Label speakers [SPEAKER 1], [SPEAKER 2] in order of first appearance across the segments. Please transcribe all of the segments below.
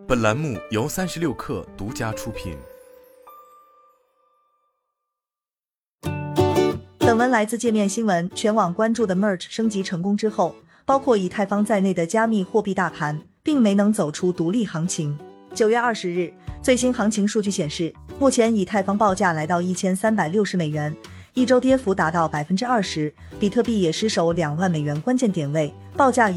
[SPEAKER 1] 本栏目由36氪独家出品。
[SPEAKER 2] 本文来自界面新闻。全网关注的 Merge 升级成功之后，包括以太坊在内的加密货币大盘并没能走出独立行情。9月20日，最新行情数据显示，目前以太坊报价来到1360美元，一周跌幅达到 20%， 比特币也失守2万美元关键点位，报价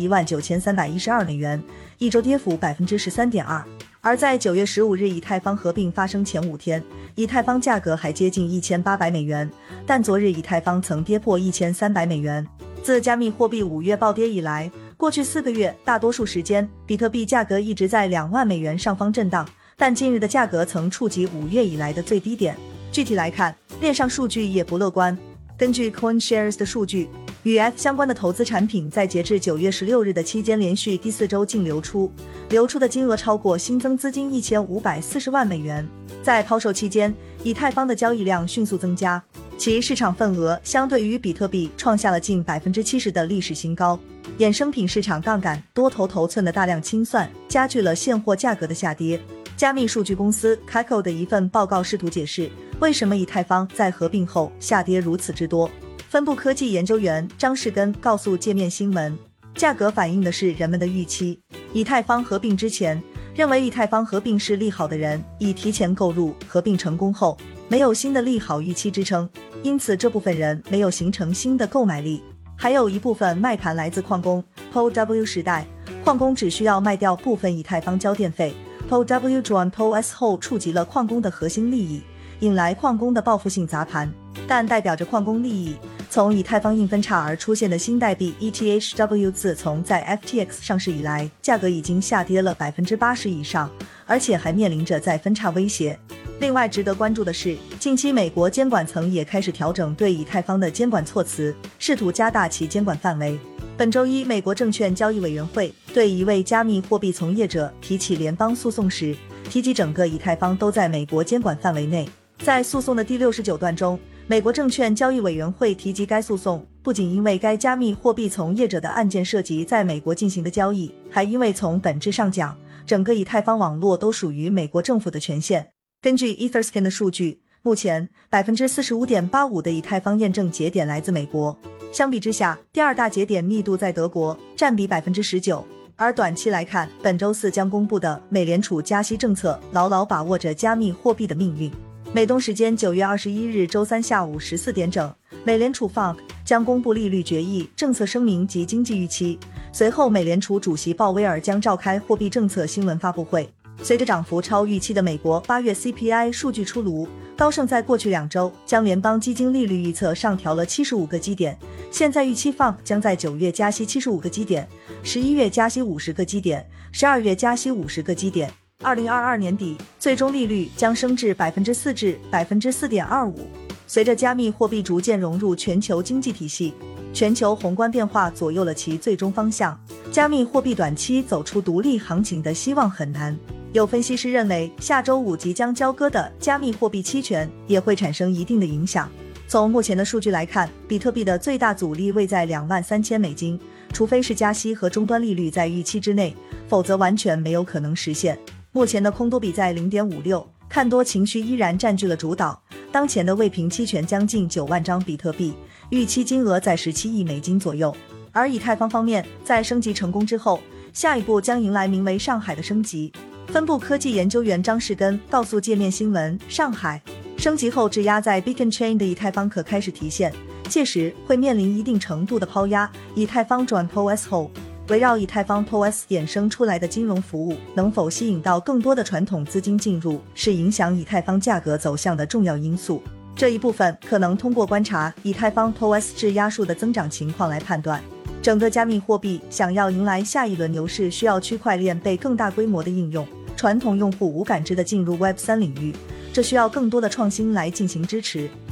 [SPEAKER 2] 19312美元，一周跌幅 13.2%。而在9月15日以太坊合并发生前5天，以太坊价格还接近1800美元，但昨日以太坊曾跌破1300美元。自加密货币5月暴跌以来，过去4个月大多数时间，比特币价格一直在2万美元上方震荡，但近日的价格曾触及5月以来的最低点。具体来看，链上数据也不乐观。根据 CoinShares 的数据，与 F 相关的投资产品在截至9月16日的期间连续第4周净流出的金额超过新增资金1540万美元。在抛售期间，以太坊的交易量迅速增加，其市场份额相对于比特币创下了近 70% 的历史新高。衍生品市场杠杆多头头寸的大量清算加剧了现货价格的下跌。加密数据公司 Kako 的一份报告试图解释为什么以太坊在合并后下跌如此之多。分部科技研究员张世根告诉界面新闻，价格反映的是人们的预期。以太坊合并之前，认为以太坊合并是利好的人已提前购入，合并成功后没有新的利好预期支撑，因此这部分人没有形成新的购买力。还有一部分卖盘来自矿工 POW 时代，矿工只需要卖掉部分以太坊交电费， POW join POS 后触及了矿工的核心利益，引来矿工的报复性砸盘。但代表着矿工利益从以太坊硬分叉而出现的新代币 ETHW 自从在 FTX 上市以来，价格已经下跌了 80% 以上，而且还面临着再分叉威胁。另外值得关注的是，近期美国监管层也开始调整对以太坊的监管措辞，试图加大其监管范围。本周一，美国证券交易委员会对一位加密货币从业者提起联邦诉讼时，提及整个以太坊都在美国监管范围内。在诉讼的第69段中，美国证券交易委员会提及该诉讼不仅因为该加密货币从业者的案件涉及在美国进行的交易，还因为从本质上讲，整个以太坊网络都属于美国政府的权限。根据 Etherscan 的数据，目前 45.85% 的以太坊验证节点来自美国，相比之下，第二大节点密度在德国，占比 19%。而短期来看，本周四将公布的美联储加息政策牢牢把握着加密货币的命运。美东时间9月21日周三下午14点整，美联储 FOMC 将公布利率决议、政策声明及经济预期。随后，美联储主席鲍威尔将召开货币政策新闻发布会。随着涨幅超预期的美国8月 CPI 数据出炉，高盛在过去2周将联邦基金利率预测上调了75个基点，现在预期 FOMC 将在9月加息75个基点，11月加息50个基点，12月加息50个基点。2022年底，最终利率将升至 4% 至 4.25%。随着加密货币逐渐融入全球经济体系，全球宏观变化左右了其最终方向，加密货币短期走出独立行情的希望很难。有分析师认为，下周五即将交割的加密货币期权也会产生一定的影响。从目前的数据来看，比特币的最大阻力位在23000美金，除非是加息和终端利率在预期之内，否则完全没有可能实现。目前的空多比在 0.56， 看多情绪依然占据了主导。当前的未平期权将近9万张比特币，预期金额在17亿美金左右。而以太坊方面，在升级成功之后，下一步将迎来名为上海的升级。分部科技研究员张世根告诉界面新闻，上海升级后质押在 Beacon Chain 的以太坊可开始提现，届时会面临一定程度的抛压。以太坊转 POS 后，围绕以太坊 POS 衍生出来的金融服务能否吸引到更多的传统资金进入，是影响以太坊价格走向的重要因素。这一部分可能通过观察以太坊 POS 质押数的增长情况来判断。整个加密货币想要迎来下一轮牛市，需要区块链被更大规模的应用，传统用户无感知的进入 Web3 领域，这需要更多的创新来进行支持。